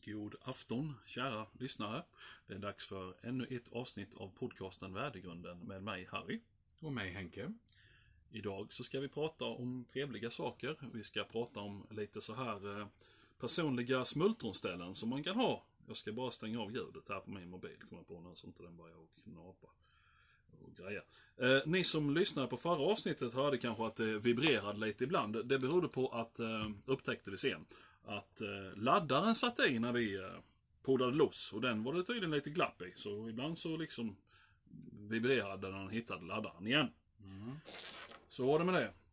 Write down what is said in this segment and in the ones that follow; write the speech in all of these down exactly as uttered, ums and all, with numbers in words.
God afton, kära lyssnare. Det är dags för ännu ett avsnitt av podcasten Värdegrunden med mig, Harry. Och mig, Henke. Idag så ska vi prata om trevliga saker. Vi ska prata om lite så här eh, personliga smultronställen som man kan ha. Jag ska bara stänga av ljudet här på min mobil. Kommer på nu så inte den börjar knapa och greja. Eh, ni som lyssnade på förra avsnittet hörde kanske att det vibrerade lite ibland. Det berodde på att, eh, upptäckte vi sen, att eh, laddaren satt i när vi eh, poddade loss. Och den var det tydligen lite glapp i. Så ibland så liksom vibrerade när han hittade laddaren igen. Mm. Så var det med det.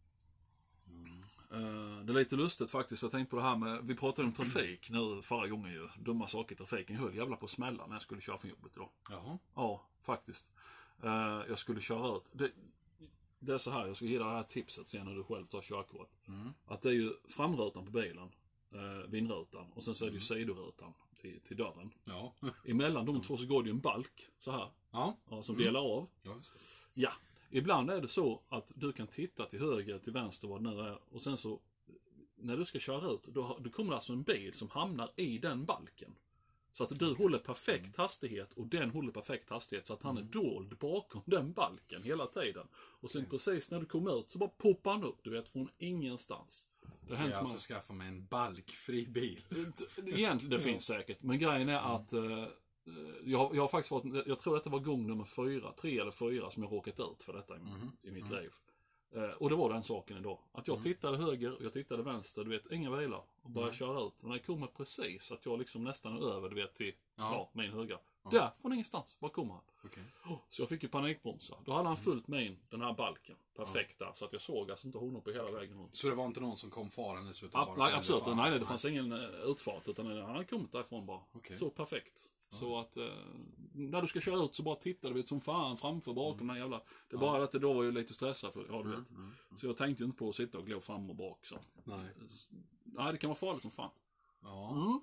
Mm. Uh, det är lite lustigt faktiskt. Jag tänkte på det här med, vi pratade om trafik nu förra gången ju. Dumma saker i trafiken. Jag höll jävla på att smälla när jag skulle köra från jobbet idag. Jaha. Ja, faktiskt. Uh, jag skulle köra ut. Det, det är så här, jag ska ge dig det här tipset sen när du själv tar körkort. Mm. Att det är ju framrutan på bilen, uh, vindrutan. Och sen så är det ju sidorutan till, till dörren. Ja. Emellan de två så går det ju en balk så här. Ja. Ja, som Mm. delar av. Ja, just det. Ja. Ibland är det så att du kan titta till höger, till vänster, vad det nu är. Och sen så, när du ska köra ut, då, då kommer det alltså en bil som hamnar i den balken. Så att du håller perfekt hastighet och den håller perfekt hastighet. Så att han är dold bakom den balken hela tiden. Och sen precis när du kommer ut så bara poppar han upp, du vet, från ingenstans. Det har Jag hänt alltså man... skaffa mig en balkfri bil. Egentligen, det finns säkert. Men grejen är att... Uh, Jag, jag har faktiskt varit, jag tror att det var gång nummer fyra, tre eller fyra som jag råkat ut för detta i, Mm. i mitt Mm. liv. Eh, och det var den saken idag. Att jag Mm. tittade höger, jag tittade vänster, du vet, inga bilar. Och började Nej. köra ut. Och när jag kommer precis, att jag liksom nästan är över, du vet, till Ja. ja, min högra. Ja. Där, från ingenstans, bara kommer han. Okej. Så jag fick ju panikbromsa. Då hade han fullt med in den här balken. Perfekt där, så att jag såg alltså inte honom på hela vägen runt. Så det var inte någon som kom farandes utan Ja, bara nej, själv absolut. far? Nej, nej, det fanns ingen uh, utfart. Utan han hade kommit därifrån bara. Okej. Så perfekt. Ja. Så att uh, när du ska köra ut så bara tittar du som fan framför bakom den här jävla... Det är Ja. bara att det då var ju lite stressad för, ja du Mm. vet. Mm. Så jag tänkte ju inte på att sitta och glå fram och bak så. Nej. Nej, det kan vara farligt som fan. Ja. Mm.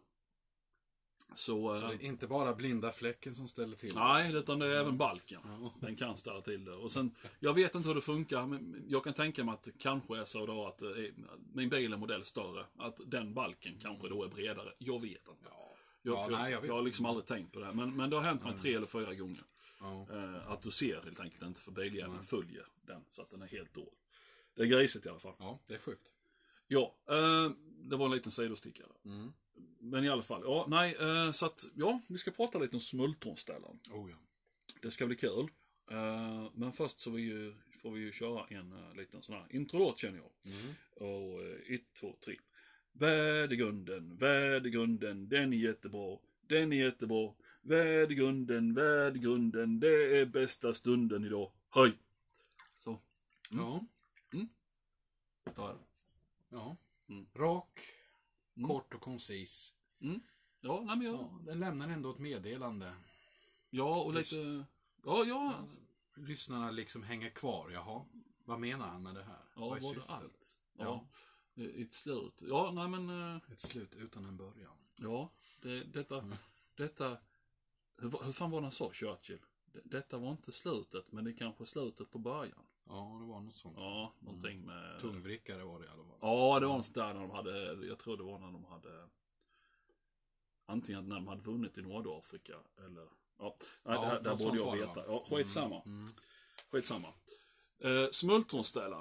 Så... Uh, Så det är inte bara blinda fläcken som ställer till? nej, utan det är även balken. Ja. Den kan ställa till det. Och sen, jag vet inte hur det funkar, men jag kan tänka mig att det kanske är så då att eh, min bil är modell större. Att den balken kanske då är bredare. Jag vet inte. Ja. Jag, Ja, för, nej, jag vet jag har inte. liksom aldrig tänkt på det. Men, men det har hänt mig Mm. tre eller fyra gånger. Ja. Eh, att du ser helt enkelt inte för biljäveln Nej. följer den. Så att den är helt dold. Det är grisigt i alla fall. Ja, det är sjukt. Ja, eh, det var en liten sidostickare. Mm. Men i alla fall, ja, nej, eh, så att, ja, vi ska prata lite om smultronställen. Oh ja. Det ska bli kul. Uh, men först så vi ju, får vi ju köra en uh, liten sån här intro känner jag. Mm. Och uh, ett, två, tre. Värdegrunden, värdegrunden, den är jättebra. Den är jättebra. Värdegrunden, värdegrunden, det är bästa stunden idag. Hej! Så. Mm. Ja. Mm. Ja. Ja. Mm. Rak, Mm. kort och koncis. Mm. Ja, nej men jag, Ja, den lämnar ändå ett meddelande. ja, och lite, ja, ja. Lyssnarna liksom hänger kvar. Jaha, vad menar han med det här? Ja, vad är var det syftet? allt? Ja. I ett slut. Ja, nej men, uh, Ett slut utan en början. ja, det, detta, Mm. detta, hur, hur fan var det han sa, Churchill? D- Detta var inte slutet, men det är kanske slutet på början. Ja, det var något sånt. Ja, någonting med... Tungvrickare var det i alla fall. Ja, det var något sånt där när de hade, jag tror det var när de hade, antingen när de hade vunnit i Nordafrika, eller, ja, nej, Ja, det här, det här något borde sånt jag var det, veta. va? Ja, skitsamma. Mm. Mm. Skitsamma. Eh, smultronställen.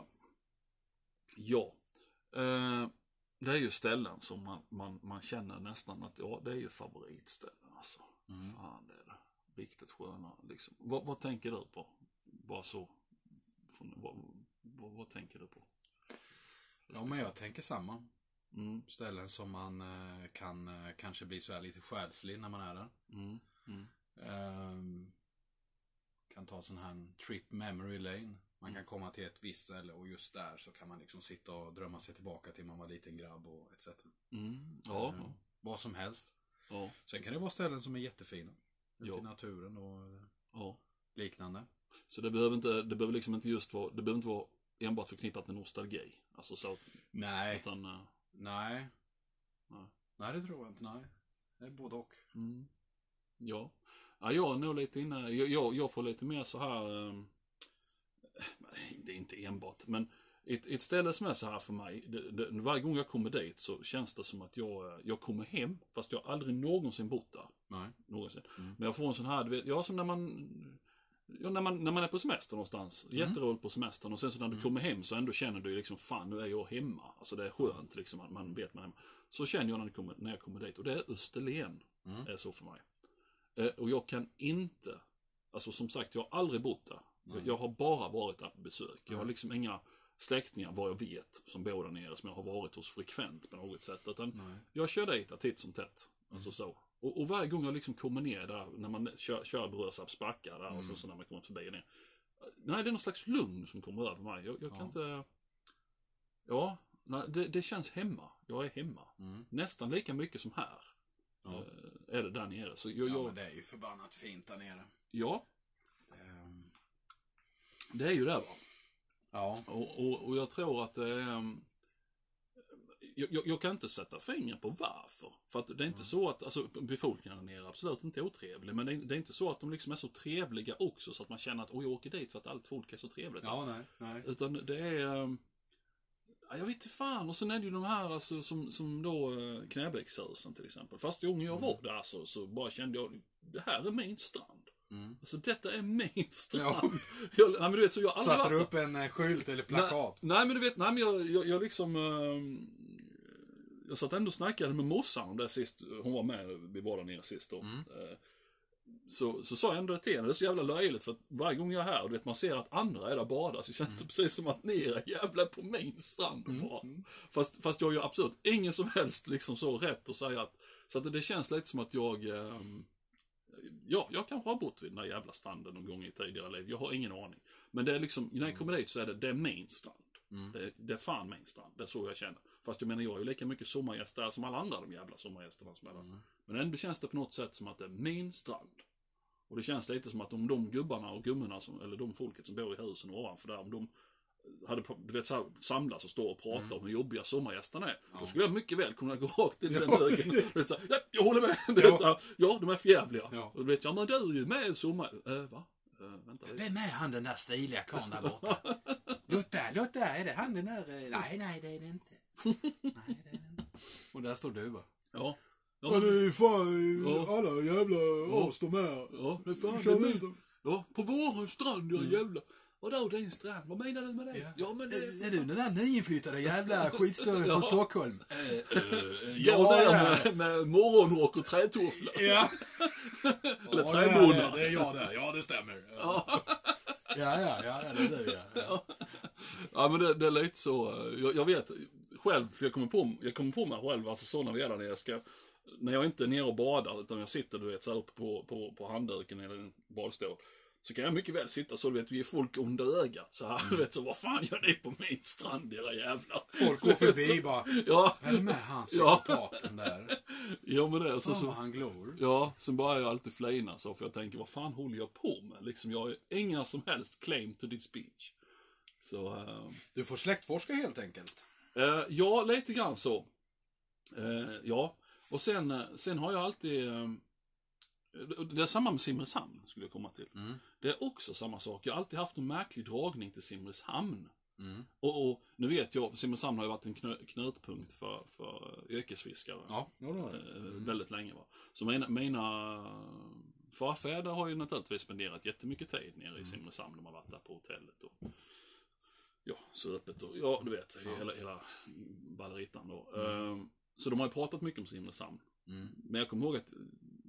Ja. Eh, det är ju ställen som man, man, man känner nästan att, ja, det är ju favoritställen alltså. Mm. Fan, det är det. Riktigt sköna liksom. Vad, vad tänker du på? Bara så. Från, vad, vad, vad tänker du på? Ja, men jag tänker samma. Mm, Ställen som man eh, kan eh, kanske bli så här lite själslig när man är där. mm, mm, Ehm, kan ta sån här trip memory lane. Man kan komma till ett visst ställe och just där så kan man liksom sitta och drömma sig tillbaka till man var liten grabb och et cetera. mm, ja, Ehm, vad som helst. ja, Sen kan det vara ställen som är jättefina. Ute Ja. i naturen och ja. liknande. Så det behöver inte, det behöver liksom inte just vara, det behöver inte vara enbart förknippat med nostalgi. Alltså så, Nej, utan, eh, nej. nej. Nej, det tror jag inte. Nej. Det är både och. Mm. Ja. Ja, jag är nog lite inne, jag, jag, jag får lite mer så här, eh, det är inte enbart, men ett, ett ställe som är så här för mig, det, det, varje gång jag kommer dit så känns det som att jag, jag kommer hem, fast jag aldrig någonsin bott där. Nej. Någonsin. Mm. Men jag får en sån här, du vet, ja, som när man, ja, när man, när man är på semester någonstans. Mm. Jätteroligt på semestern, och sen så när du Mm. kommer hem så ändå känner du liksom, fan, nu är jag hemma. Alltså det är skönt liksom, man, man vet man är hemma. Så känner jag när, det kommer, när jag kommer dit, och det är Österlen. Mm. Är så för mig. Eh, och jag kan inte, alltså som sagt, jag har aldrig bott där. Jag, jag har bara varit där på besök. Jag har liksom inga släktingar vad jag vet som bor där nere som jag har varit hos frekvent på något sätt. Utan Nej. jag kör dit där titt som tätt. Alltså så. Och, och varje gång jag liksom kommer ner där, när man kör, kör Brösarps backar där, Mm. och så, så när man kommer förbi ner. Nej, det är någon slags lugn som kommer över mig. Jag, jag kan Ja. inte... Ja, nej, det, det känns hemma. Jag är hemma. Mm. Nästan lika mycket som här. Ja. Eh, är det där nere. Så jag, Ja, jag, men det är ju förbannat fint där nere. ja, Ehm, det är ju det, va. Ja. Och, och, och jag tror att det är... um, Jag, jag, jag kan inte sätta fingret på varför. För att det är inte Mm. så att, alltså befolkningen där nere är absolut inte otrevlig. Men det är, det är inte så att de liksom är så trevliga också så att man känner att oj, jag åker dit för att allt folk är så trevligt. Ja, nej, nej. Utan det är... um, ja, jag vet inte fan. Och sen är det ju de här alltså, som, som då uh, Knäbäckshusen till exempel. Fast gången jag var där så, så bara kände jag, det här är min strand. Mm. Alltså detta är min strand. Ja. Jag, nej, men du vet, så jag har aldrig Satte du varit upp en eh, skylt eller plakat? Nej, nej men du vet, nej men jag, jag, jag liksom... Uh, jag satt ändå och snackade med morsan om det sist. Hon var med, vi var där nere sist då. Mm. Uh, så, så sa jag ändå det till henne, det är så jävla löjligt för att varje gång jag är här och vet, man ser att andra är där och badar så känns det Mm. precis som att ni är jävla på min strand och Mm. bara. Mm. Fast, fast jag gör absolut ingen som helst liksom så rätt att säga att, så att det, det känns lite som att jag, um, ja, jag kanske har bott vid den där jävla stranden någon gång i tidigare liv, jag har ingen aning. Men det är liksom, när jag kommer dit så är det, det är min strand. Mm. Det, det är fan min strand, det är så jag känner. Fast jag menar, jag är ju lika mycket sommargäst där som alla andra de jävla sommargästerna som är där. Mm. Men ändå känns det på något sätt som att det är min strand. Och det känns lite som att om de gubbarna och gummorna, som, eller de folket som bor i husen ovanför där, om de hade, du vet, så här, samlas och stå och prata Mm. om hur jobbiga sommargästerna är. Ja. Då skulle jag mycket väl kunna gå rakt in i den Ja. högen. Du vet, så här, ja, jag håller med. Du Ja. vet, så här, ja, de är förjävliga. Ja. Och du vet, ja men du är ju med i sommar... Äh, va? Äh, vänta lite. Vem är han den där stiliga karln där borta? Lotta, Lotta, är det han den där? eh, Nej, nej, det är det inte. Nej, det är det inte. Och där står du bara. Ja. Ja, Ja, men, det är fan Ja. alla jävla Ja. as de är. ja, det är fan, det Kör är ut min. dem. Ja, på våran strand, ja Mm. jävla. Vadå din strand? Vad menar du med det? Ja. Ja, men det Är, är du den där nyinflyttade jävla skitstöveln Ja. från Stockholm? Äh, äh, Ja, går ja. där med, med morgonrock och trätofflor. Ja. Eller Ja, träbonnar. det, det är jag där. Ja, det stämmer. Ja, Ja. ja, ja, ja det är du ja. ja. Ja, men det, det är lite så. Jag, jag vet själv, för jag kommer på, jag kommer på mig själv, alltså så när vi är där nere, jag ska, när jag inte är nere och badar, utan jag sitter, du vet, så här uppe på, på, på handduken eller en badstol, så kan jag mycket väl sitta så, du vet, vi är folk under ögat, så här, du vet, så vad fan gör ni på min strand, era jävlar? Folk går förbi bara. Ja, Är det med han Ja. psykopaten där? ja men det, så, Fan vad så, han glor. ja, sen börjar jag alltid flina så, för jag tänker, vad fan håller jag på med? Liksom, jag har inga som helst claim to this beach. Så, uh, Du får släktforska helt enkelt. Uh, ja, lite grann så. Uh, ja, och sen, uh, sen har jag alltid... Uh, det är samma med Simrishamn, skulle jag komma till. Mm. Det är också samma sak. Jag har alltid haft en märklig dragning till Simrishamn. Mm. Och, och nu vet jag, Simrishamn har ju varit en knö, knutpunkt för, för yrkesfiskare. Ja, ja det har det. Uh, Mm. väldigt länge. Va? Så mina, mina farfäder har ju naturligtvis spenderat jättemycket tid nere i Mm. Simrishamn. De har varit där på hotellet och... Ja, så öppet och, ja du vet, Ja. hela, hela ballerittan då. Mm. Ehm, så de har ju pratat mycket om Simrishamn. Mm. Men jag kommer ihåg att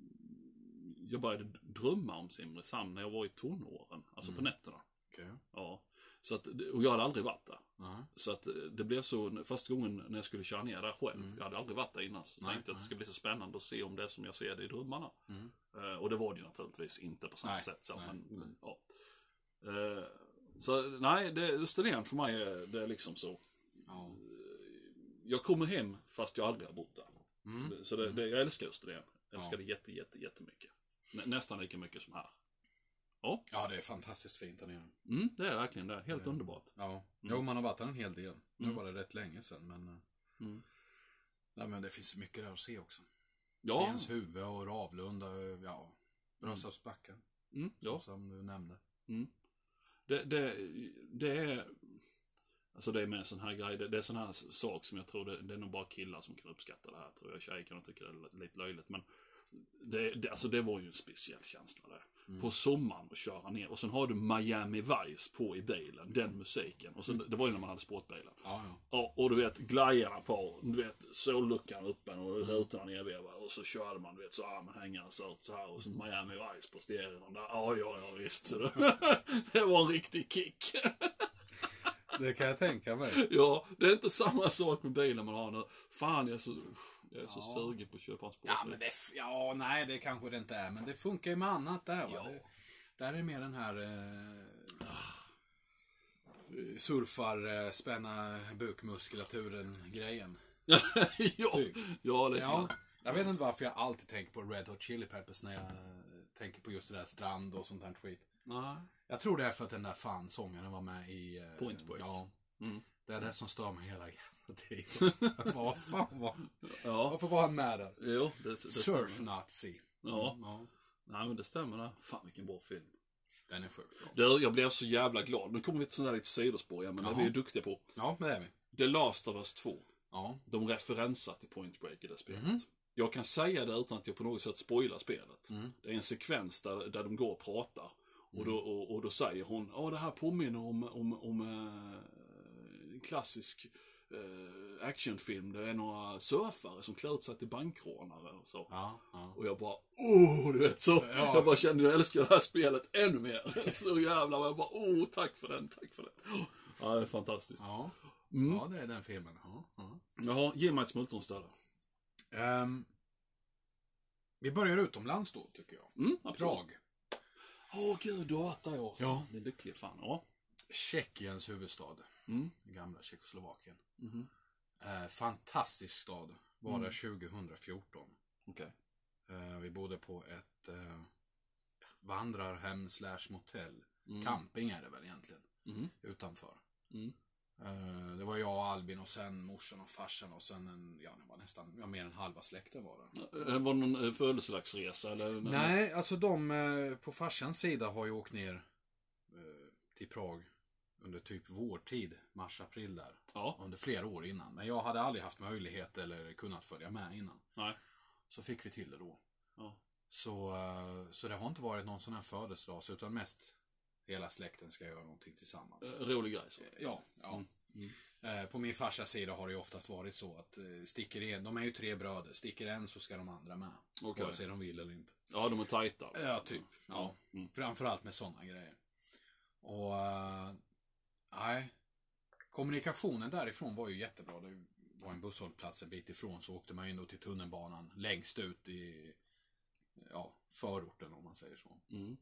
jag började drömma om Simrishamn när jag var i tonåren. Alltså på Mm. nätterna. Okej. Ja. Så att, och jag hade aldrig varit där. Ja. Så att det blev så, första gången när jag skulle köra ner där själv. Mm. Jag hade aldrig varit där innan. Så Nej, tänkte att det nej. ska bli så spännande att se om det är som jag ser det i drömmarna. Mm. Ehm, och det var det ju naturligtvis inte på samma Nej, sätt. Så, nej, men, nej. men, ja. Ehm, så nej, det, Österlen för mig är, det är liksom så. Ja. Jag kommer hem fast jag aldrig har bott där. Mm. Så det, det, jag älskar Österlen. Jag älskar Ja. det jätte, jätte, jättemycket. Nä, nästan lika mycket som här. Ja, Ja, det är fantastiskt fint där nere. mm, det är verkligen det. Helt Ja. underbart. Ja. Mm. Jo, man har varit där en hel del. Nu Mm. var det rätt länge sedan, men... eh, Mm. Nej, men det finns mycket där att se också. Ja, Stens huvud och Ravlunda, och, ja. Brösarpsbacken, mm, ja. som du nämnde. Mm. Det, det, det är... Alltså det är med en sån här grej, det, det är sån här sak som jag tror det, det är nog bara killar som kan uppskatta det här, tror jag. Tjejer kan tycka det är lite löjligt, men det, det, alltså det var ju en speciell känsla där. Mm. På sommaren och köra ner, och sen har du Miami Vice på i bilen, den musiken, och sen, mm. det var ju när man hade sportbilar. Ja, ja. Ja, och du vet, glajarna på, du vet, solluckan uppen och rutorna nervevade, och så körde man, du vet, så armen hängandes ut så här, och så Miami Vice på stereon där. Ja, ja, ja, visst. Det var en riktig kick. Det kan jag tänka mig. Ja, det är inte samma sak med bilen man har nu. Fan, jag är så, jag är så ja. sugen på att köpa en sportbil. Ja, men det, ja, nej, det kanske det inte är. Men det funkar ju med annat där, va? Ja. Det, där är mer den här eh, surfar, eh, spänna bukmuskulaturen-grejen. ja, ja, det ja, jag vet inte varför jag alltid tänker på Red Hot Chili Peppers när jag tänker på just det där strand och sånt här skit. Nej. Jag tror det är för att den där fan sångaren var med i... Eh, Point Break. Ja. Mm. Det är det som stör mig hela jävla tiden. Vad fan var... Ja. Varför var han med där? Jo, det, det Surf-nazi. Ja. Mm, ja. Nej, men det stämmer det. Fan, vilken bra film. Den är sjuk. Det, jag blev så jävla glad. Nu kommer vi till sådana lite sidospår, ja, men det är vi ju duktiga på. Ja, men det är vi. The Last of Us två. Ja. De referensar till Point Break i det spelet. Mm. Jag kan säga det utan att jag på något sätt spoilar spelet. Mm. Det är en sekvens där, där de går och pratar. Och då, och, och då säger hon, ja, det här påminner om, om, om äh, en klassisk äh, actionfilm. Det är några surfare som klär ut sig till bankrånare och så. Ja, ja. Och jag bara, åh, du vet så. Ja. Jag bara kände, jag älskar det här spelet ännu mer. Så jävla, jag bara, åh, tack för den, tack för den. Ja, det är fantastiskt. Ja, mm. ja det är den filmen. Ja, ja. Jaha, ge mig ett smultronställe. Um, vi börjar utomlands då, tycker jag. Mm, absolut. Prag. Åh oh, gud, du hatar jag. Ja. Det är lyckligt, fan. Ja. Tjeckiens huvudstad. Mm. Gamla Tjeckoslovakien. Mm. Eh, fantastisk stad. Var Mm. det tjugohundrafjorton. Okej. Okay. Eh, vi bodde på ett eh, vandrarhem slash motell. Mm. Camping är det väl egentligen. Mm. Utanför. Mm. Eh, det var jag och Albin och sen morsan och farsan och sen en, ja, det var nästan, ja, mer än halva släkten var det. Var det någon födelsedagsresa eller? Nej, alltså de eh, på farsans sida har ju åkt ner eh, till Prag under typ vårtid, mars-april där. Ja. Under flera år innan. Men jag hade aldrig haft möjlighet eller kunnat följa med innan. Nej. Så fick vi till det då. Ja. Så, eh, så det har inte varit någon sån här födelsedag utan mest hela släkten ska göra någonting tillsammans. Eh, rolig grej så. Ja, ja. Mm. Mm. Eh, på min farsas sida har det ju oftast varit så att eh, sticker en, de är ju tre bröder, sticker en så ska de andra med. Okay. Vare sig de vill eller inte. Ja, de är tajta. Ja, typ. Ja. Mm. Framförallt med sådana grejer. Och uh, nej. Kommunikationen därifrån var ju jättebra. Det var en busshållplats en bit ifrån, så åkte man in då till tunnelbanan längst ut i, ja, förorten om man säger så. Mm.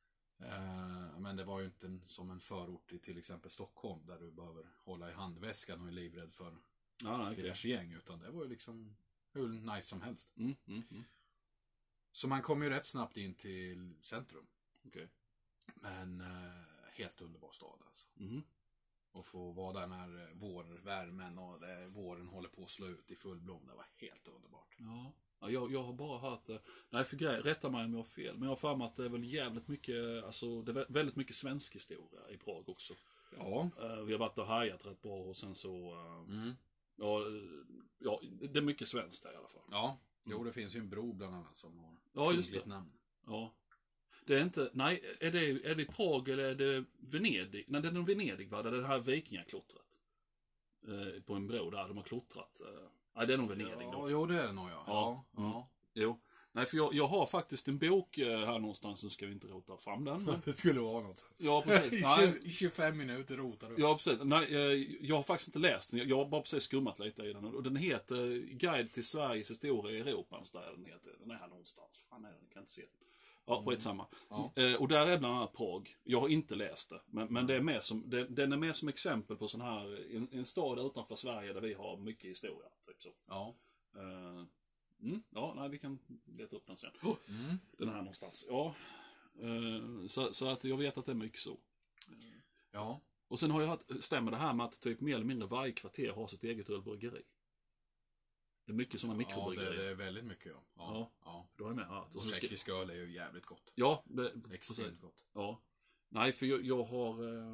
Uh, men det var ju inte en, som en förort i till exempel Stockholm där du behöver hålla i handväskan och är livrädd för ja, nej, okay. diverse gäng, utan det var ju liksom hur nice som helst. Mm, mm, mm. Så man kom ju rätt snabbt in till centrum. Okay. Men uh, helt underbar stad alltså. Mm. Och få vara där när vårvärmen och det, våren håller på att slå ut i full blom. Det var helt underbart. Ja, ja jag, jag har bara hört det. Nej, för grej, rätta mig om jag har fel. Men jag har för mig att det är väl jävligt mycket, alltså det är väldigt mycket svensk historia i Prag också. Ja. Uh, vi har varit och hajat rätt bra och sen så, uh, mm. ja, ja, det är mycket svenskt där i alla fall. Ja, jo, det finns ju en bro bland annat som har ja, just det. namn. Ja. Det är inte, nej, är det, är det Prag eller är det Venedig? Nej, det är nog Venedig, va? Det är det här vikingaklottret. Eh, på en bro där de har klottrat. Eh, nej, det är nog Venedig ja, då. Jo, det är det nog, ja. Ja. ja. Mm. Jo. Nej, för jag, jag har faktiskt en bok eh, här någonstans, nu ska vi inte rota fram den. Men... det skulle vara något. Ja, precis. I, nej. I tjugofem minuter rotar du. Ja, precis. Nej, eh, jag har faktiskt inte läst den. Jag, jag har bara precis skummat lite i den. Och den heter Guide till Sveriges historia i Europa. Där den heter. Den är här någonstans. Fan, nej, den kan inte se den. Ja, skitsamma. Mm. Ja. Eh, och där är bland annat Prag. Jag har inte läst det. Men, men det är med som, det, den är med som exempel på sån här, en, en stad utanför Sverige där vi har mycket historia. Typ så. Ja. Eh, mm, ja, nej, vi kan leta upp den sen. Oh, mm. Den här någonstans. Ja. Eh, så, så att jag vet att det är mycket så. Eh, ja. Och sen har jag hört, stämmer det här med att typ mer eller mindre varje kvarter har sitt eget ölbryggeri? Det är mycket sådana mikrobryggerier. Ja, det, det är väldigt mycket, ja. Ja, ja. ja. Då är jag med här. Och tjeckisk öl är ju jävligt gott. Ja. Det, extremt gott. Ja. Nej, för jag, jag har... Eh,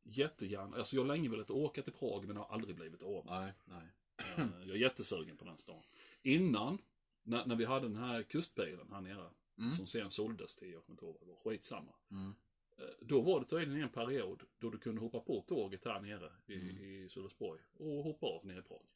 jättegärna, alltså jag har länge velat åka till Prag men har aldrig blivit av. Nej, nej. Jag är jättesugen på den stan. Innan, när, när vi hade den här kustbilen här nere, mm. som sen såldes till, jag kommer inte ihåg vad det var, skitsamma. Mm. Då var det tydligen en period då du kunde hoppa på tåget här nere i, mm. i Sölvesborg och hoppa av nere i Prag.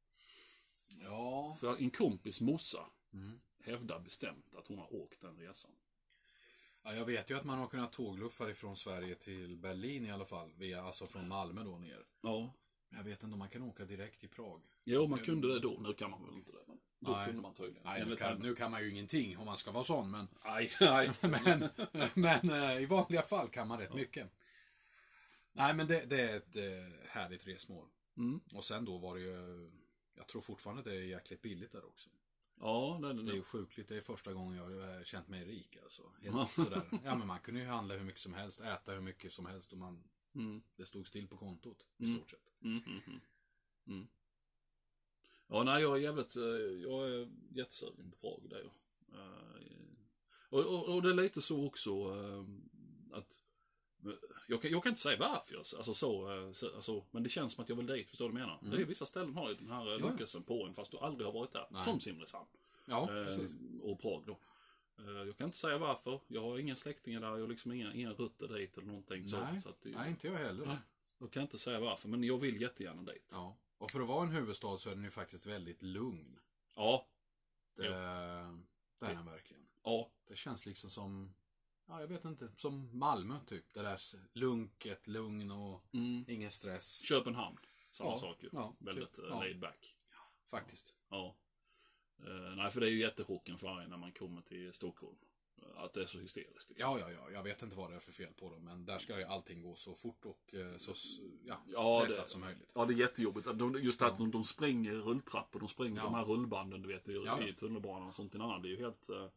Ja. För en kompis morsa mm. hävdar bestämt att hon har åkt den resan. Ja, jag vet ju att man har kunnat tågluffa ifrån Sverige till Berlin i alla fall. Via, alltså från Malmö då ner. Ja. Men jag vet inte om man kan åka direkt till Prag. Jo, man kunde det då. Nu kan man väl inte det. Men då nej. kunde man tydligen. Nej, nu kan, nu kan man ju ingenting om man ska vara sån. Men, nej, nej. men, men äh, i vanliga fall kan man rätt ja. mycket. Nej, men det, det är ett äh, härligt resmål. Mm. Och sen då var det ju... Jag tror fortfarande det är jäkligt billigt där också. Ja, det är det. Det är ju sjukligt. Det är första gången jag har känt mig rik alltså. Helt sådär. Ja, men man kunde ju handla hur mycket som helst, äta hur mycket som helst och man mm. det stod still på kontot i stort sett. Mm, mm, mm, mm. Ja, nej, jag är jävligt jag är jättesugen på Prag där. Och, och, och det är lite så också att jag kan, jag kan inte säga varför alltså så, alltså, men det känns som att jag vill dit, förstår du vad jag menar? Mm. Det är vissa ställen har ju den här ja. lockelsen på en fast du aldrig har varit där. Nej. Som Simrishamn. Ja, precis. Eh, och Prag då. Eh, jag kan inte säga varför. Jag har inga släktingar där. Jag har liksom inga, inga rutter dit eller någonting. Nej, så, så att det, nej inte jag heller. Nej, jag kan inte säga varför, men jag vill jättegärna dit. Ja. Och för att vara en huvudstad så är den ju faktiskt väldigt lugn. Ja. Det, det är den verkligen. Ja. Det känns liksom som... Ja, jag vet inte. Som Malmö typ. Det där lunket, lugn och mm. ingen stress. Köpenhamn. Samma ja, sak ju. Ja, väldigt ja. laid back. Ja, faktiskt. Ja. Uh, nej, för det är ju jättechocken för varje när man kommer till Stockholm. Uh, att det är så hysteriskt. Liksom. Ja, ja, ja. Jag vet inte vad det är för fel på dem. Men där ska ju allting gå så fort och uh, så ja, ja, stressat det, som möjligt. Ja, det är jättejobbigt. De, just att ja. de, de springer rulltrappor. De springer ja. de här rullbanden, du vet, i, ja. i tunnelbanan och sånt en annan. Det är ju helt... Uh,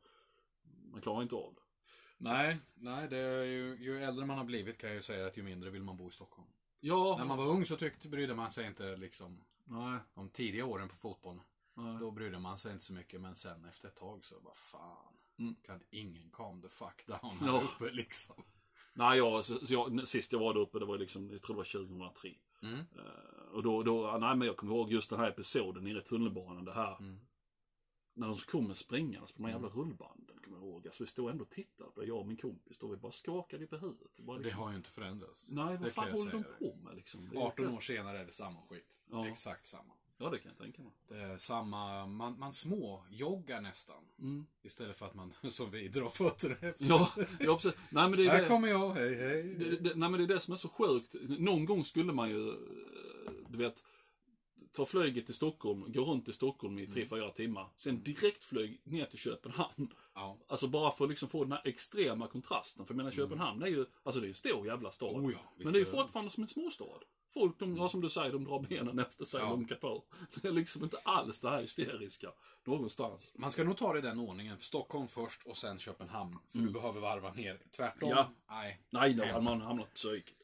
man klarar inte av det. Nej, nej, det är ju, ju äldre man har blivit kan jag ju säga att ju mindre vill man bo i Stockholm. Ja. När man var ung så tyckte, brydde man sig inte liksom nej. de tidiga åren på fotboll. Nej. Då brydde man sig inte så mycket, men sen efter ett tag så bara fan, mm. kan ingen calm the fuck down här ja. uppe liksom. Nej, jag, så, så jag, sist jag var där uppe, det var liksom, jag tror det var tjugohundratre. Mm. Uh, och då, då, nej men jag kommer ihåg just den här episoden nere i tunnelbanan, det här. Mm. När de kommer springandes på de här jävla rullbanden, kommer jag ihåg. Alltså vi stod ändå och tittade på det, jag och min kompis. Då vi bara skakade på huvudet. Det, liksom... det har ju inte förändrats. Nej, vad det fan håller de på med liksom? arton år senare är det samma skit. Ja. Exakt samma. Ja, det kan jag tänka mig. Det är samma, man, man små joggar nästan. Mm. Istället för att man, som vi, drar fötterna efter. Ja, ja precis. Nej, men det är här det... kommer jag, hej hej. Det, det, nej, men det är det som är så sjukt. Någon gång skulle man ju, du vet... ta flyget till Stockholm, gå runt i Stockholm i tre fyra mm. timmar. Sen direkt flyg ner till Köpenhamn. Ja. Alltså bara för att liksom få den här extrema kontrasten. För jag menar, Köpenhamn mm. är ju, alltså det är ju en stor jävla stad. Oh ja, men det är ju fortfarande som en småstad. Folk, de, ja, som du säger, de drar benen efter sig och lunkar på. Det är liksom inte alls det här hysteriska någonstans. Man ska nog ta det i den ordningen. Stockholm först och sen Köpenhamn. För mm. du behöver varva ner. Tvärtom. Ja. Nej, nej, då har man hamnat på psyket.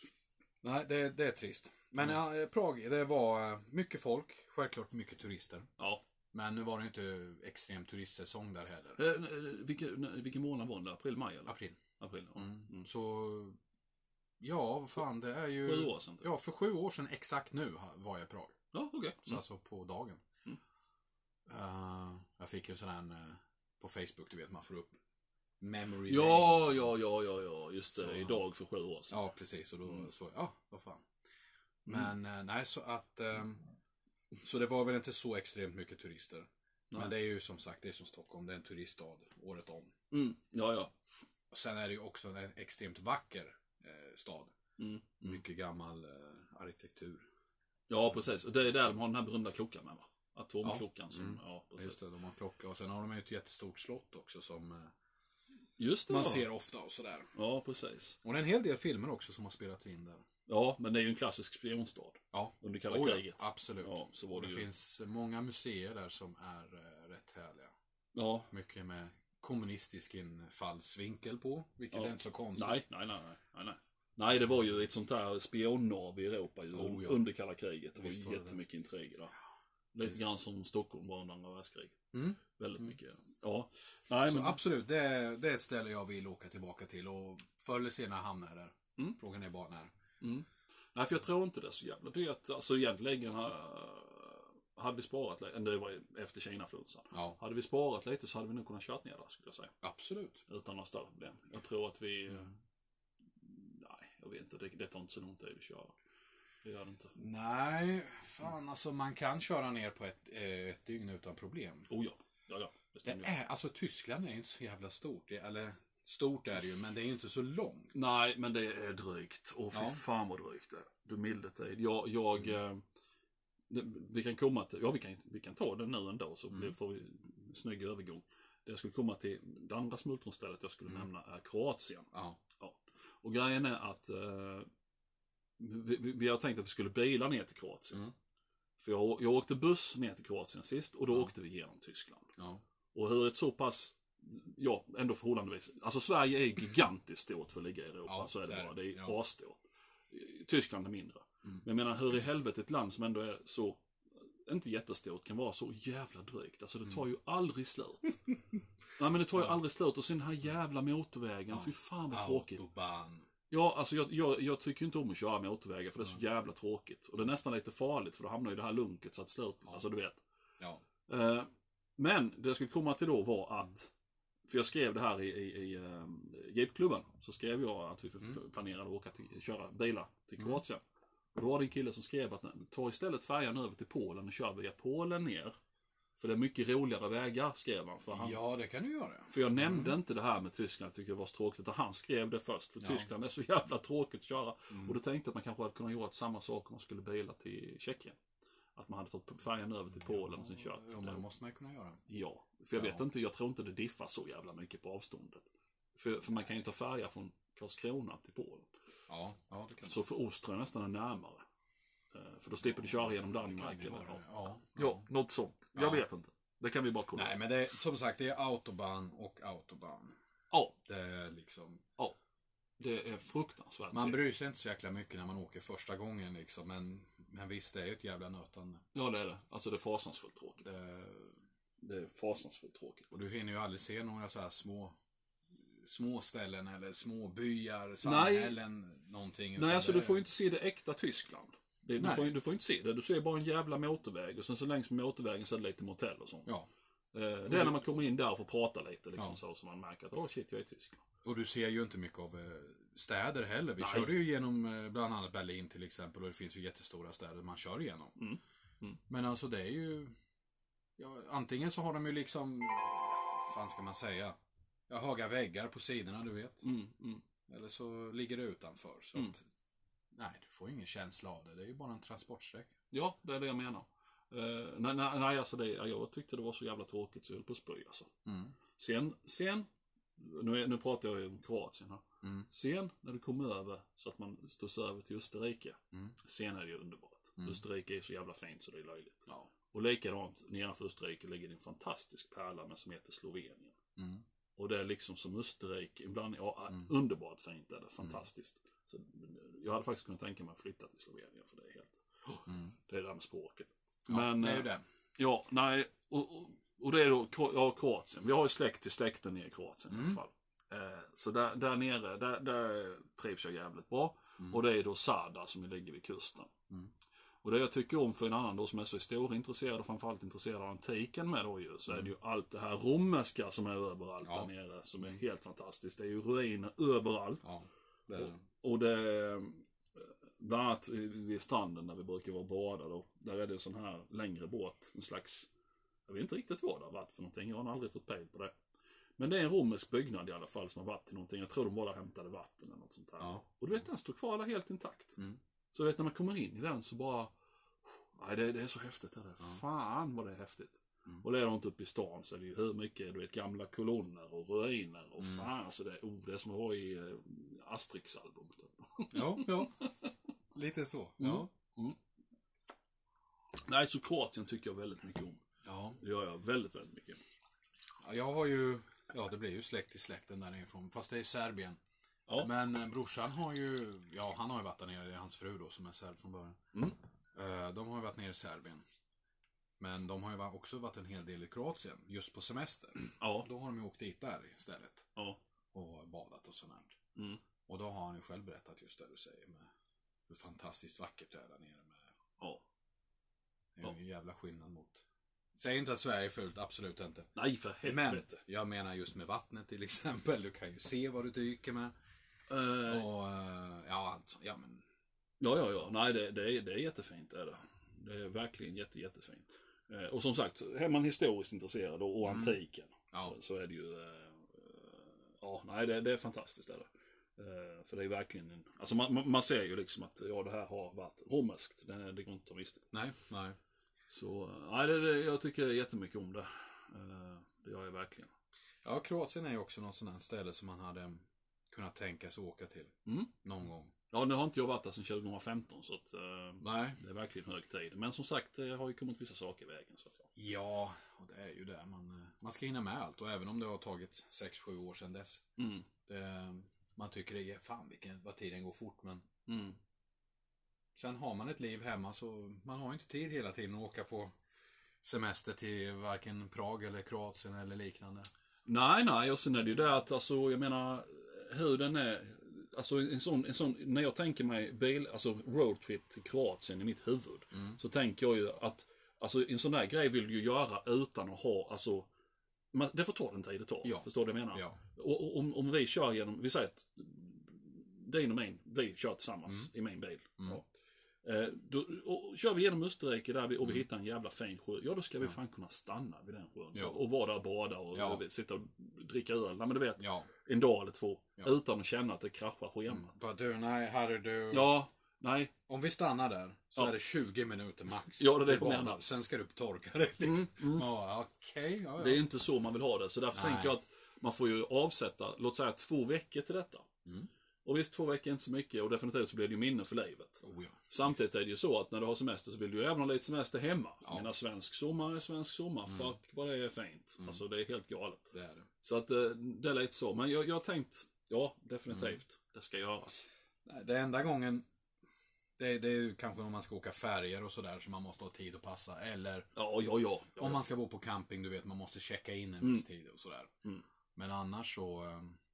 Nej, det, det är trist. Men mm. ja, Prag, det var mycket folk. Självklart mycket turister. Ja. Men nu var det inte extrem turistsäsong där heller. Eh, vilken, vilken månad var det? April, maj eller? April. April, ja. Mm. Mm. Så... Ja, vad fan, det är ju... Sju år sedan. Ja, för sju år sedan exakt nu var jag i Prag. Ja, okej. Okay. Så mm. alltså på dagen. Mm. Uh, jag fick ju sån här uh, på Facebook, du vet, man får upp memory ja, day. Ja, ja, ja, ja, just det. Så, idag för sju år sedan. Ja, precis. Och då mm. så, ja, vad fan. Men mm. uh, nej, så att... Um, så det var väl inte så extremt mycket turister. Nej. Men det är ju som sagt, det är som Stockholm. Det är en turiststad året om. Mm. Ja, ja. Och sen är det ju också en extremt vacker eh, stad. Mm. Mm. Mycket gammal eh, arkitektur. Ja, precis. Och det är där de har den här berömda klockan med, va? Atomklockan ja. som, mm. ja, precis. Just det, de har klocka. Och sen har de ju ett jättestort slott också som eh, just det, man va? ser ofta och sådär. Ja, precis. Och det är en hel del filmer också som har spelats in där. Ja, men det är ju en klassisk spionstad. Ja. Under kalla oh, kriget. Ja, absolut. Ja, så var det det ju... finns många museer där som är eh, rätt härliga. Ja. Mycket med kommunistisk infallsvinkel på, vilket ja. är inte så konstigt. Nej, nej, nej, nej, nej. Nej, det var ju ett sånt här spionnav i Europa ju, oh, ja. under kalla kriget. Det var Visst ju jättemycket intriger där. Lite Visst. Grann som Stockholm var under andra världskriget. Mm. Väldigt mm. mycket. Ja. Nej, så men... absolut, det är, det är ett ställe jag vill åka tillbaka till och förr eller senare hamnar jag där. Mm. Frågan är bara när. Mm. Nej, för jag tror inte det är så jävla dyrt. Alltså egentligen uh, hade vi sparat lite, det var efter Kina-flunsan. Ja. Hade vi sparat lite så hade vi nog kunnat köra ner där, skulle jag säga. Absolut. Utan några större problem. Jag tror att vi... Mm. Nej, jag vet inte. Det, det tar inte så lång tid att köra. Det gör det inte. Nej, fan alltså man kan köra ner på ett, ett dygn utan problem. Oh ja, ja, ja. Det är, alltså Tyskland är ju inte så jävla stort. Det, eller stort är det ju, men det är ju inte så långt. Nej, men det är drygt. Och fy Ja. fan vad drygt det är. Du milde tid. Jag... jag mm. eh, vi kan komma till... Ja, vi kan, vi kan ta det nu ändå så mm. får vi en snygg övergång. Det jag skulle komma till, det andra smultronstället jag skulle mm. nämna är Kroatien. Ja. Ja. Och grejen är att eh, vi, vi, vi har tänkt att vi skulle bila ner till Kroatien. Mm. För jag, jag åkte buss ner till Kroatien sist och då ja. åkte vi genom Tyskland. Ja. Och hur ett så pass, ja, ändå förhållandevis. Alltså Sverige är gigantiskt stort för att ligga i Europa, ja, så är det där, bara. Det är ja. asstort. Tyskland är mindre. Mm. Men jag menar, hur i helvete ett land som ändå är så, inte jättestort, kan vara så jävla drygt. Alltså det tar ju aldrig slut. Nej, men det tar ju ja. aldrig slut. Och sen den här jävla motorvägen, ja. fy fan vad tråkigt. Autobahn. Ja, alltså jag, jag, jag tycker inte om att köra motorvägar för det är så jävla tråkigt. Och det är nästan lite farligt för då hamnar ju det här lunket så att slut. Ja. Alltså du vet. Ja. Uh, men det jag skulle komma till då var att, för jag skrev det här i, i, i uh, Jeepklubben, så skrev jag att vi mm. planerade att åka till, köra bilar till Kroatien. Mm. Och då var det en kille som skrev att ta istället färjan över till Polen och kör via Polen ner. För det är mycket roligare vägar, skrev han. För han. Ja, det kan du göra. För jag nämnde mm. inte det här med Tyskland, jag tyckte det var så tråkigt. Och han skrev det först, för ja. Tyskland är så jävla tråkigt att köra. Mm. Och då tänkte jag att man kanske hade kunnat göra samma sak om man skulle bila till Tjeckien. Att man hade tagit färjan över till Polen ja, och sen kört. Ja, men det måste man ju kunna göra. Ja, för jag ja. vet inte, jag tror inte det diffar så jävla mycket på avståndet. För, för man kan ju ta färja från Karlskrona till Polen. Ja, ja det kan så för oss tror jag nästan är närmare. För då slipper du köra genom Danmark. Eller, ja. Ja, ja. ja, något sånt. Jag ja. vet inte. Det kan vi bara kolla. Nej, men det är, som sagt, det är autobahn och autobahn. Ja. Det är liksom... Ja. Det är fruktansvärt. Man bryr sig inte så jäkla mycket när man åker första gången liksom. Men, men visst, det är ju ett jävla nötande. Ja, det är det. Alltså det är fasansfullt tråkigt. Det, det är fasansfullt tråkigt. Och du hinner ju aldrig se några så här små... små ställen eller små byar, samhällen, Nej. någonting. Nej, alltså det... du får ju inte se det äkta Tyskland. Det, du, får, du får inte se det. Du ser bara en jävla motorväg och sen så längs med motorvägen så är det lite motell och sånt. Ja. Eh, det är när man kommer in där och får prata lite liksom, ja. så, så man märker att åh oh, shit, jag är i Tyskland. Och du ser ju inte mycket av eh, städer heller. Vi Nej. körde ju genom eh, bland annat Berlin till exempel och det finns ju jättestora städer man kör igenom. Mm. Mm. Men alltså det är ju ja, antingen så har de ju liksom vad fan ska man säga? Ja, höga väggar på sidorna, du vet. Mm. Mm. Eller så ligger det utanför så mm. att nej, du får ju ingen känsla av det. Det är ju bara en transportsträcka. Ja, det är det jag menar. Uh, nej, nej, nej, alltså det, jag tyckte det var så jävla tråkigt så jag höll på att spy alltså. Mm. Sen, sen nu, nu pratar jag ju om Kroatien här. Mm. Sen när du kommer över så att man stussar över till Österrike. Mm. Sen är det ju underbart. Mm. Österrike är så jävla fint så det är löjligt. Ja. Och likadant nedanför Österrike ligger det en fantastisk pärla men som heter Slovenien. Mm. Och det är liksom som Österrike, ibland ja, mm. underbart fint är det, fantastiskt. Mm. Så jag hade faktiskt kunnat tänka mig att flytta till Slovenien för det är helt, oh, mm. det är det där med språket. Ja, men, det är ju det. Ja, nej, och, och, och det är då ja, Kroatien. Vi har ju släkt till släkten nere i Kroatien mm. i alla fall. Eh, så där, där nere, där, där trivs jag jävligt bra. Mm. Och det är då Zadar som ligger vid kusten. Mm. Och det jag tycker om för en annan då som är så historieintresserad och framförallt intresserad av antiken med då ju, så mm. är det ju allt det här romerska som är överallt ja. där nere som är helt fantastiskt. Det är ju ruiner överallt. Ja, det är det. Och, och det bland annat vid stranden där vi brukar vara bada då, där är det en sån här längre båt, en slags, jag vet inte riktigt vad det har varit för någonting, jag har aldrig fått pejl på det. Men det är en romersk byggnad i alla fall som har varit till någonting, jag tror de bara hämtade vatten eller något sånt här. Ja. Och du vet, den står kvar där helt intakt. Mm. Så vet när man kommer in i den så bara, nej det, det är så häftigt det där. Ja. Fan vad det är häftigt. Mm. Och det är de inte uppe i stan så är det ju hur mycket, du vet, gamla kolonner och ruiner och mm. fan så det är, oh, det är som att vara i uh, Asterix-album. Ja, ja. Lite så. Mm. Ja. Mm. Nej, så Kroatien tycker jag väldigt mycket om. Ja. Det gör jag väldigt, väldigt mycket. Ja, jag har ju, ja det blir ju släkt i släkten där nerifrån, fast det är Serbien. Ja. Men eh, brorsan har ju, ja han har ju varit där nere, det är hans fru då som är serb från början. Mm. Eh, de har ju varit nere i Serbien. Men de har ju också varit en hel del i Kroatien, just på semester. Ja. Då har de ju åkt dit där istället. Ja. Och badat och sånt. Mm. Och då har han ju själv berättat just det du säger med hur fantastiskt vackert det är där nere med. Ja. Det är ju en jävla skillnad mot. Säg inte att Sverige är fullt, absolut inte. Nej, för helvete. Men jag menar just med vattnet till exempel. Du kan ju se vad du dyker med. Uh, och uh, ja, alltså, ja men. Ja, ja, ja. Nej, det, det, är, det är jättefint. Det är, det. Det är verkligen jätte, jättefint. Uh, och som sagt, är man historiskt intresserad och, och antiken mm. ja. så, så är det ju... Uh, ja, nej, det, det är fantastiskt. Är det. Uh, för det är verkligen en, alltså man, man ser ju liksom att ja, det här har varit romerskt. Det, det går inte att ta miste. Nej, nej. Så, nej, det, det, jag tycker jättemycket om det. Uh, det gör jag verkligen. Ja, Kroatien är ju också något sånt här ställe som man hade kunnat tänka sig åka till. Mm. Någon gång. Ja, nu har inte jag varit där sedan tjugohundrafemton så att, uh, nej. Det är verkligen hög tid. Men som sagt, det har ju kommit vissa saker i vägen. Så att, ja. ja, och det är ju det. Man, man ska hinna med allt. Och även om det har tagit sex sju år sedan dess. Mm. Det, man tycker det är fan vilken, vad tiden går fort. Men mm. sen har man ett liv hemma så man har inte tid hela tiden att åka på semester till varken Prag eller Kroatien eller liknande. Nej, nej. Och sen är det ju det att, alltså, jag menar, hur den är... Alltså en sån, en sån, när jag tänker mig bil, alltså roadtrip till Kroatien i mitt huvud. Mm. Så tänker jag ju att, alltså en sån där grej vill du ju göra utan att ha, alltså... Man, det får ta den tid det tar. Ja. Förstår du vad jag menar? Ja. Och, och om, om vi kör genom, vi säger att din och min, vi kör tillsammans mm. i min bil. Mm. Ja. Eh, då, och kör vi genom Österrike där vi, och vi mm. hittar en jävla fin sjö. Ja, då ska vi ja. fan kunna stanna vid den sjön. Ja. Och, och vara där och bada och, ja. och sitta och dricka öl. Nej, men du vet, ja. en dag eller två. Ja. Utan att känna att det kraschar schemat. Mm. Du, nej, herre du. Ja, nej. Om vi stannar där så ja. är det tjugo minuter max. Ja, det är det jag menar. Sen ska du på torka det liksom. Mm. Mm. Ja, okej. Ja, ja. Det är inte så man vill ha det. Så därför nej. tänker jag att man får ju avsätta, låt säga två veckor till detta. Mm. Och visst, två veckor är inte så mycket och definitivt så blir det ju minne för livet. Oh ja, samtidigt är det ju så att när du har semester så vill du ju även ha lite semester hemma. Ja. Jag menar, svensk sommar är svensk sommar. Mm. Fuck vad det är fint. Mm. Alltså det är helt galet. Det är det. Så att det är lite så. Men jag, jag har tänkt, ja definitivt, mm. det ska göras. Nej, det enda gången, det, det är ju kanske om man ska åka färger och sådär så man måste ha tid att passa. Eller ja, ja, ja, ja, om man ska bo på camping, du vet, man måste checka in en viss mm. tid och sådär. Mm. Men annars så,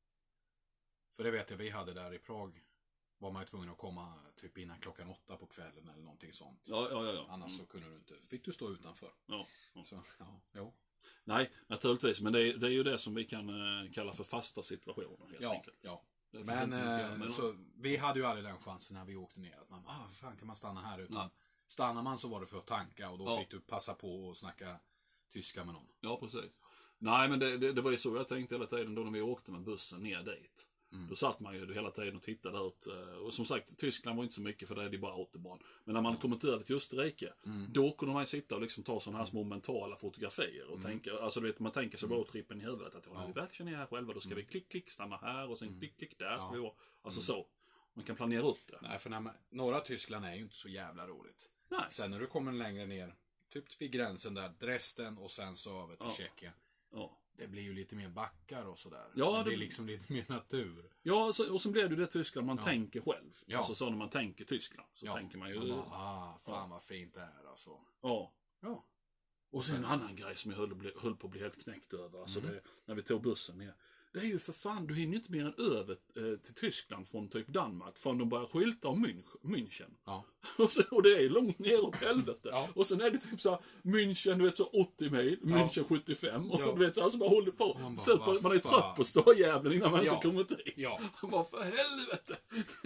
för det vet jag vi hade där i Prag. Var man ju tvungen att komma typ innan klockan åtta på kvällen eller någonting sånt. Ja, ja, ja. ja. Annars mm. så kunde du inte, fick du stå utanför. Ja. ja. Så, ja, jo. Nej, naturligtvis. Men det är, det är ju det som vi kan uh, kalla för fasta situationer helt ja, enkelt. Ja, men, äh, men så vi hade ju aldrig den chansen när vi åkte ner. Att man, ah, fan kan man stanna här utan. Mm. Stannar man så var det för att tanka och då ja. fick du passa på och snacka tyska med någon. Ja, precis. Nej, men det, det, det var ju så jag tänkte hela tiden då när vi åkte med bussen ner dit. Mm. Då satt man ju hela tiden och tittade ut. Och som sagt, Tyskland var inte så mycket för det är det bara autobahn. Men när man mm. kommit över till Österrike, mm. då kunde man ju sitta och liksom ta sådana här små mentala fotografier. Och mm. tänka, alltså du vet, man tänker sig bara trippen i huvudet. Att ja, ja. vi verkar ner här själva, då ska mm. vi klick, klick, stanna här och sen mm. klick, klick, där ska ja. vi vara. Alltså mm. så. Man kan planera upp det. Nej, för när man, norra Tyskland är ju inte så jävla roligt. Nej. Sen när du kommer längre ner, typ vid gränsen där, Dresden och sen så över till ja. Tjeckien. Ja. Det blir ju lite mer backar och sådär. Ja, det blir det... liksom lite mer natur. Ja, och så blir det ju det Tyskland man ja. tänker själv. Ja. Alltså så när man tänker Tyskland. Så ja. tänker man ju... Man bara, ah, fan ja. vad fint det är alltså. Ja. Ja. Och sen en annan grej som jag höll, bli, höll på att bli helt knäckt över. Alltså mm. det, när vi tog bussen ner. Det är ju för fan, du hinner ju inte mer än över eh, till Tyskland från typ Danmark. Från de börjar skylta om Münch, München. Ja. Och, sen, och det är långt ner åt helvete. Ja. Och sen är det typ så här, München, du vet så åttio mil, München ja. sjuttiofem. Och ja. du vet så alltså bara håller på. Man, bara, på, man är trött på ståjävlen innan man ja. så kommer dit. Ja. Man bara, för helvete.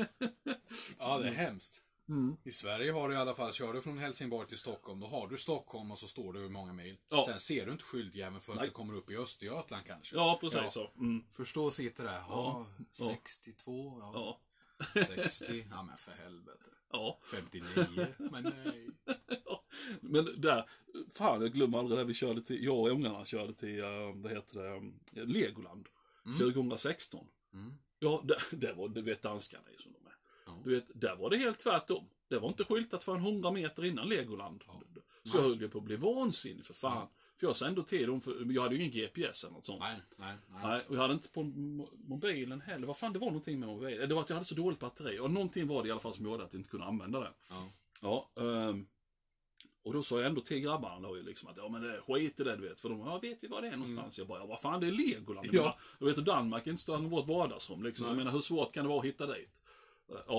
Ja, det är hemskt. Mm. I Sverige har du i alla fall, kör du från Helsingborg till Stockholm, då har du Stockholm och så står du hur många mil. Ja. Sen ser du inte skyltjäveln förrän du kommer upp i Östergötland kanske. Ja, precis ja. så. Mm. Förstå sitter där, ja, ja. sextiotvå, ja. ja. sextio, ja men för helvete. Ja. femtionio, men nej. Ja. Men där, fan jag glömmer aldrig det vi körde till, jag och ungarna körde till, vad heter det, Legoland. Mm. tjugohundrasexton. Mm. Ja, det, det var, du vet danskarna är som de är. Du vet, där var det helt tvärtom. Det var inte skyltat för en hundra meter innan Legoland. Ja. Så jag höll ju på att bli vansinnig för fan. Ja. För jag sände till dem, för jag hade ju ingen G P S eller något sånt. Nej, nej, nej. nej och jag hade inte på mobilen heller. Vad fan, det var någonting med mobilen. Det var att jag hade så dåligt batteri. Och någonting var det i alla fall som gjorde att jag inte kunde använda det. Ja. Ja, um, och då sa jag ändå till grabbarna då ju liksom att ja men det, skit i det du vet. För de, ja vet vi var det är någonstans? Mm. Jag bara, ja vad fan det är Legoland. Ja. Jag vet att Danmark är inte större än vårt vardagsrum liksom. Så jag menar hur svårt kan det vara att hitta dit? Ja.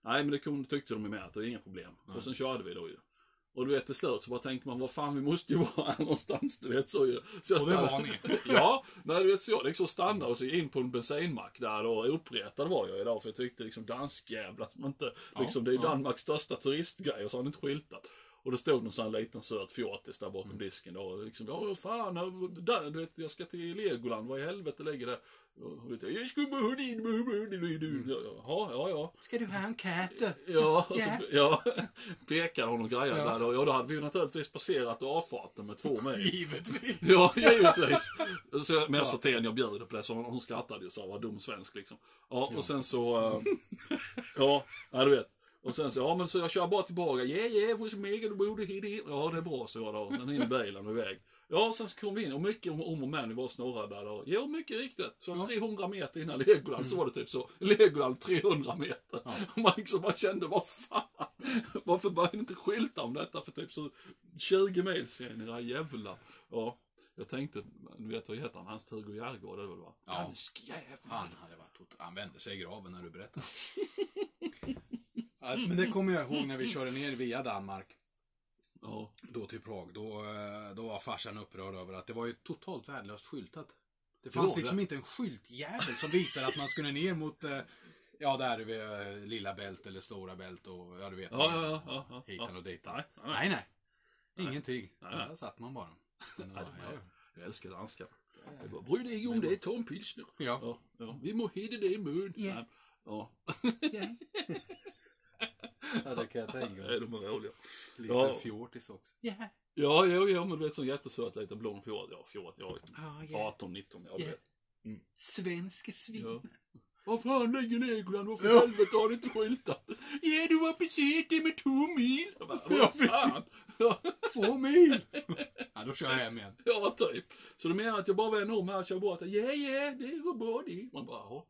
Nej, men det kunde, tyckte de med att det var inga problem. Nej. Och sen körde vi då ju. Och du vet, till slut så bara tänkte man, vad fan, vi måste ju vara här någonstans, du vet, så ju. Så jag och det var ni? Ja, nej, du vet, så jag liksom stannade och så in på en bensinmack där och uppretad var jag idag, för jag tyckte liksom danskjävlar som inte, ja, liksom, det är ja. Danmarks största turistgrej och så har han inte skyltat. Och det stod någon sån här liten söt fjortis där bakom mm. disken då, och liksom, ja fan, där, du vet, jag ska till Legoland, vad i helvete ligger det? Och vet jag, jag ska bara din, mm. ja, ja, ja. Ska du ha en katt? Ja, och så, ja, pekade hon och grejade ja. Där, och ja, då hade vi ju naturligtvis passerat avfarten med två mil. Givetvis. Ja, givetvis. Så med så ten jag bjuder på det, så hon, hon skrattade ju så, var dum svensk liksom. Ja, och sen så, äh, ja, ja, du vet. Och sen så, ja men så jag kör bara tillbaka. Ja, yeah, ja, yeah, får så mega, du borde hit in. Ja, det är bra, så jag då. Och sen in i bilen och iväg. Ja, sen så kom vi in och mycket om, om och men vi var snurrade där då. Ja, mycket riktigt. Så ja. trehundra meter innan Legoland mm. så var det typ så. Legoland trehundra meter. Ja. Och man liksom bara kände, vad fan. Varför började inte skylta om detta för typ så tjugo mil sen, era jävlar. Ja, jag tänkte, du vet vad heter han? Hans Hugo Järgård, det var det va? Ja, danskjävlar. Han hade varit, han vände sig i graven när du berättade. Ja, men det kommer jag ihåg när vi körde ner via Danmark. Ja. Då till Prag. Då, då var farsan upprörd över att det var ju totalt värdelöst skyltat. Det fanns jo, liksom det. Inte en skyltjävel som visar att man skulle ner mot, ja där vid Lilla Bält eller Stora Bält och ja du vet. Ja, ja, ja, ja, hitan ja. och dit. Nej, nej. nej, nej. Ingenting. Nej, nej. Där satt man bara. Nej, var, jag, jag älskar danskar. Jag bara, bry dig om det, ta en pilsner. Ja. Ja, ja. Vi må hitta det i mun. Yeah. Ja. Yeah. Ja, det kan jag tänka mig. Nej, de är roliga. Liten ja. fjortis också. Yeah. Ja, ja, ja, men du vet, så jättesöt liten blond fjort. Ja, fjort, ja. Oh, yeah. arton nitton, ja, du yeah. vet. Mm. Svenska svin. Ja. Vad fan lägger Legoland? Varför ja. helvete har du inte skyltat? Ja, du var precis det med två mil. Bara, ja, fan. Två mil. Ja, då kör jag hem igen. Ja, typ. Så du menar att jag bara vänder om här och kör bort. Ja, yeah, ja, yeah, det går bra det. Man bara, ja.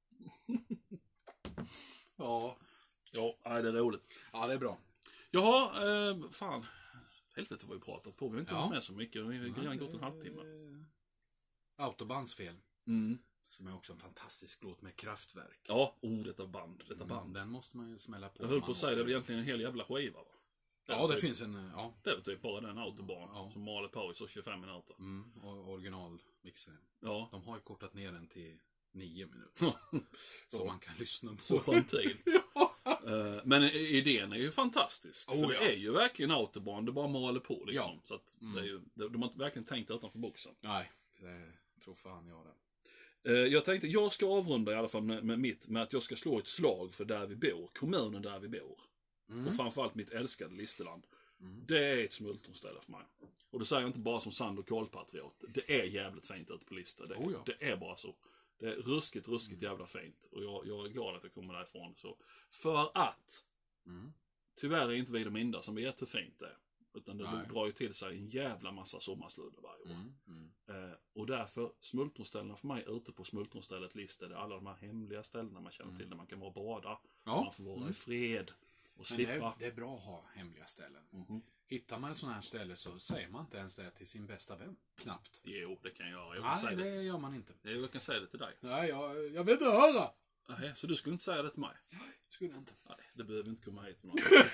Ja. Ja, nej, det är roligt. Ja, det är bra. Jaha, eh, fan. Helvete vad vi pratat på. Vi har inte ja. varit med så mycket. Vi har redan gått en halvtimme. Autobans fel. Mm. Som är också en fantastisk låt med Kraftwerk. Ja, oh, detta band. Detta band. Mm, den måste man ju smälla på. Jag höll på att säga, det är egentligen en hel jävla skiva, va? Det ja, det typ, finns en, ja. Det är typ bara den Autobahn ja. som maler på i så tjugofem minuter. Mm, och originalmixen. Ja. De har ju kortat ner den till nio minuter. Så man kan lyssna på. Så gentilt. Ja. Uh, men idén är ju fantastisk. Oh, för ja. det är ju verkligen Autobahn, det bara maler på liksom. Ja. Så att mm. det är ju, de, de har verkligen tänkt utanför boxen. Nej, det tror fan jag det. Jag tänkte, jag ska avrunda i alla fall med, med mitt, med att jag ska slå ett slag för där vi bor, kommunen där vi bor. Mm. Och framförallt mitt älskade Listerland. Mm. Det är ett smultronställe för mig. Och det säger jag inte bara som sand- och kolpatriot. Det är jävligt fint ute på Lister. Det, oh ja. det är bara så. Det är ruskigt, ruskigt mm. jävla fint. Och jag, jag är glad att jag kommer därifrån. Så. För att, mm. tyvärr är inte vi de enda som vet hur fint det är. Utan det Nej. drar ju till sig en jävla massa sommarsludder varje år. Mm. Mm. Eh, och därför, smultronställena för mig ute på smultronstället Lister, det är alla de här hemliga ställena man känner till mm. där man kan vara och bada. Ja. Man får vara mm. i fred och Men slippa. Det är, det är bra att ha hemliga ställen. Mm. Hittar man ett sånt här ställe så säger man inte ens det till sin bästa vän. Knappt. Jo, det kan jag göra. Jag Nej, säga det, det gör man inte. Jo, jag kan säga det till dig. Nej, jag, jag vill inte höra. Nej, så du skulle inte säga det till mig? Nej, skulle jag inte. Nej, det behöver inte komma hit med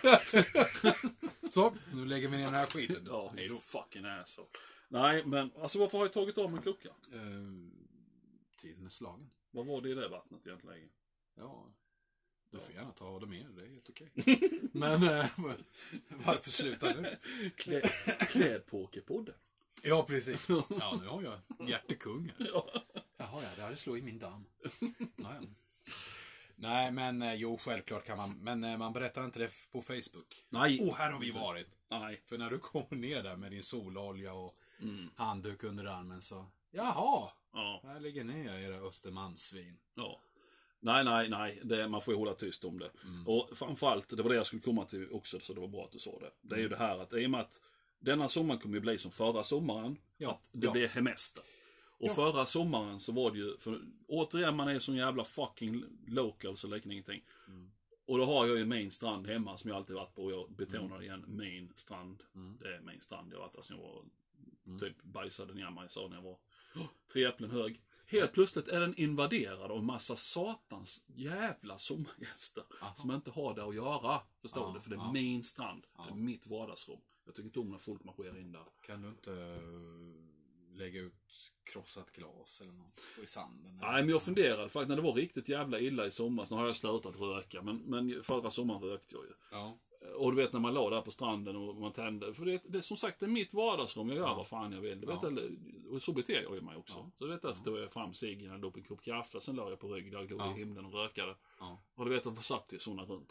någon. Så, nu lägger vi ner den här skiten. Ja, hej då. Fucking asshole. Nej, men alltså varför har jag tagit av mig klockan? Uh, tiden är slagen. Vad var det i det vattnet egentligen? Ja, du får gärna ta av det mer, det är helt okej. Men uh, varför slutar du? Klä, Klädpokerpodden. Ja, precis. Ja, nu har jag hjärtekung här. Ja. Jaha, ja, det hade slå i min damm. Ja, ja. Nej, men eh, jo, självklart kan man. Men eh, man berättar inte det på Facebook. Nej. Och här har vi varit. Nej. För när du kommer ner där med din sololja och mm. handduk under armen så. Jaha. Ja. Här ligger ni, era Östermalmssvin. Ja. Nej, nej, nej. Det, man får ju hålla tyst om det. Mm. Och framförallt, det var det jag skulle komma till också, så det var bra att du sa det. Det är ju det här att i och med att denna sommaren kommer ju bli som förra sommaren. Ja. Att det ja. blir hemester. Och ja. förra sommaren så var det ju, för återigen man är som jävla fucking local så lika ingenting. Mm. Och då har jag ju min strand hemma som jag alltid varit på och jag betonar mm. igen, min strand. Mm. Det är min strand, jag har varit där sen jag var mm. typ bajsade ner mig så när jag var oh, tre äpplen hög. Helt plötsligt är den invaderad av en massa satans jävla sommargäster. Aha. Som inte har det att göra. Förstår Ja, du? För det är ja. min strand. Ja. Det är mitt vardagsrum. Jag tycker inte om när folk marscherar in där. Kan du inte uh, lägga ut krossat glas eller något i sanden? Nej, men jag funderade faktiskt när det var riktigt jävla illa i sommar. Så nu har jag slutat röka. Men, men förra sommaren rökte jag ju. Ja. Och du vet när man låg där på stranden och man tände. För det, det är som sagt det är mitt vardagsrum. Jag gör Ja. vad fan jag vill. Du Ja. vet, eller, och så beter jag ju mig också. Ja. Så du vet efter tog jag fram ciggen, jag upp en kopp kaffe. Sen låg jag på rygg där och låg Ja. i himlen och rökade. Ja. Och du vet, de satt ju sådana runt.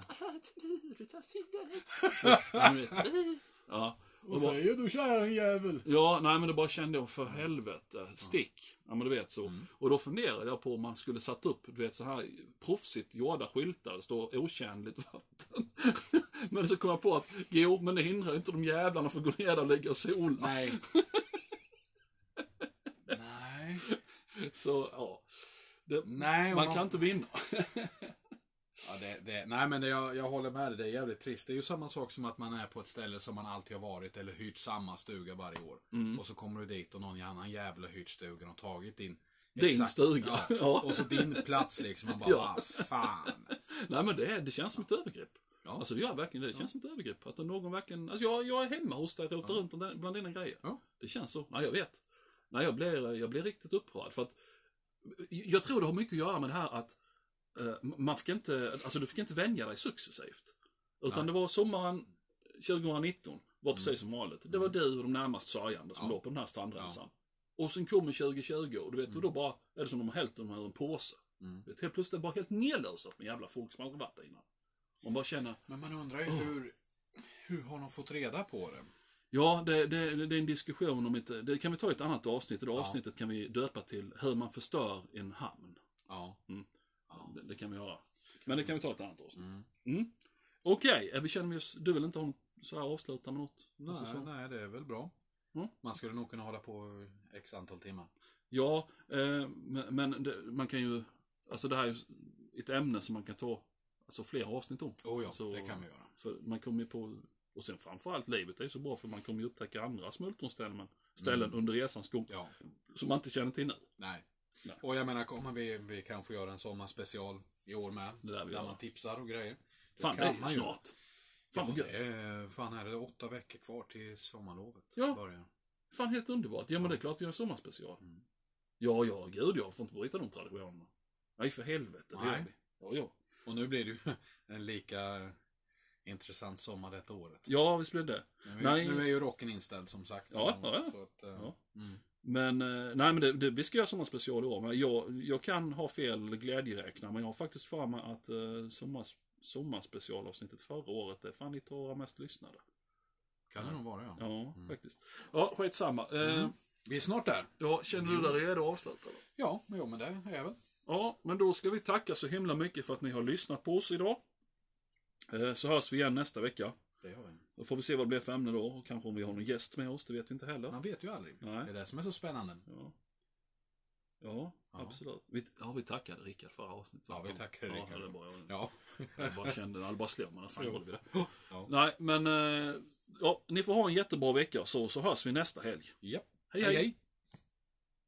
Ja. Vad säger du, kärringjävel? Ja, nej men då bara kände jag för helvete, stick. Ja men du vet så. Mm. Och då funderade jag på om man skulle satt upp, du vet så här proffsigt gjorda skyltar. Det står otjänligt vatten. Men så kom jag på att, jo men det hindrar inte de jävlarna från att gå ner där och lägga och sola. Nej. Nej. Så, ja. Det, Nej, man man- kan inte vinna. Ja, det, det, nej men det, jag, jag håller med dig, det är jävligt trist. Det är ju samma sak som att man är på ett ställe som man alltid har varit eller hyrt samma stuga varje år. Mm. Och så kommer du dit och någon annan jävla hyrt stugan och tagit din... Din exakt- stuga. Ja. Ja. Och så din plats liksom. Man bara, Ja. ah, fan. Nej men det, är- det känns som ett övergrepp. Ja. Alltså det gör verkligen det. Det känns som ett övergrepp. Att någon verkligen, alltså jag, jag är hemma hos dig och rotar runt bland, bland dina grejer. Ja. Det känns så. Nej jag vet. Nej jag blir, jag blir riktigt upprörd. För att jag tror det har mycket att göra med det här att eh, man fick inte, alltså du fick inte vänja dig successivt. Utan Nej. det var sommaren tjugonitton. Var precis som vanligt. Det var du och de närmast sörjande som Ja. låg på den här strandremsan. Och sen kommer tjugo tjugo och du vet, och då bara är det som de har hällt dem ur en påse. Mm. Det är helt plötsligt bara helt nedlösat med jävla folk som aldrig varit där innan. Man bara känner, Men man undrar ju hur, hur har de fått reda på det? ja, det, det, det är en diskussion om inte, det kan vi ta i ett annat avsnitt. Det Ja. avsnittet kan vi döpa till hur man förstör en hamn. Ja. Mm. Ja. Det, det kan vi göra. Men det kan vi ta i ett annat avsnitt. Mm. Mm. Okej, okay, vi känner oss, du vill inte ha något, så här avsluta med något? Nej, Alltså så. nej, det är väl bra. Mm. Man skulle nog kunna hålla på x antal timmar. Ja, eh, men, men det, man kan ju, alltså det här är ju ett ämne som man kan ta alltså flera avsnitt om. Oh ja, Så- det kan vi göra. För man kommer ju på, och sen framförallt livet är ju så bra för man kommer ju upptäcka andra smultronställen ställen Mm. under resans gång Ja, som man inte känner till nu. nej. Nej. Och jag menar, kommer vi, vi kanske göra en sommarspecial i år med. Det där vi där gör. man tipsar och grejer. Det Fan, det kan är ju man snart. Fan Ja, vad det gött. är, fan är det åtta veckor kvar till sommarlovet. Ja. Börjar. Fan helt underbart. Ja men det är klart vi gör en sommarspecial. Mm. Ja, ja, gud jag får inte bryta de traditionerna. Nej för helvete, det Nej. gör vi. Ja, ja. Och nu blir det ju en lika intressant sommar detta året. Ja, visst blir det. Nu, är- Nej. nu är ju rocken inställd som sagt. Ja, så, ja, ja. Så att, eh, Ja. Mm. Men, eh, nej men det, det, vi ska göra sommarspecial i år. Men jag, jag kan ha fel glädjeräknare. Men jag har faktiskt för mig att eh, sommars, sommarspecialavsnittet förra året är fan inte våra mest lyssnade. Kan det nog vara, ja. Ja, Mm. faktiskt. Ja, skitsamma. Eh, Mm. Vi är snart där. ja, känner du dig redo att avsluta då? Ja, men, jo, men det är jag väl. Ja, men då ska vi tacka så himla mycket för att ni har lyssnat på oss idag. Eh, så hörs vi igen nästa vecka. Det gör vi. Då får vi se vad det blir för ämne då. Och kanske om vi har någon gäst med oss, det vet vi inte heller. Man vet ju aldrig. Nej. Det är det som är så spännande. Ja, ja, Ja. absolut. Vi, ja, vi tackade Rickard förra avsnittet. Ja, vi tackade ja, Rickard. det är bra. Jag, Ja. jag bara kände, jag bara slog mig nästan. Jo. Gjorde vi det. Ja. Nej, men eh, ja, ni får ha en jättebra vecka så, så hörs vi nästa helg. Japp. Hej, hej. hej.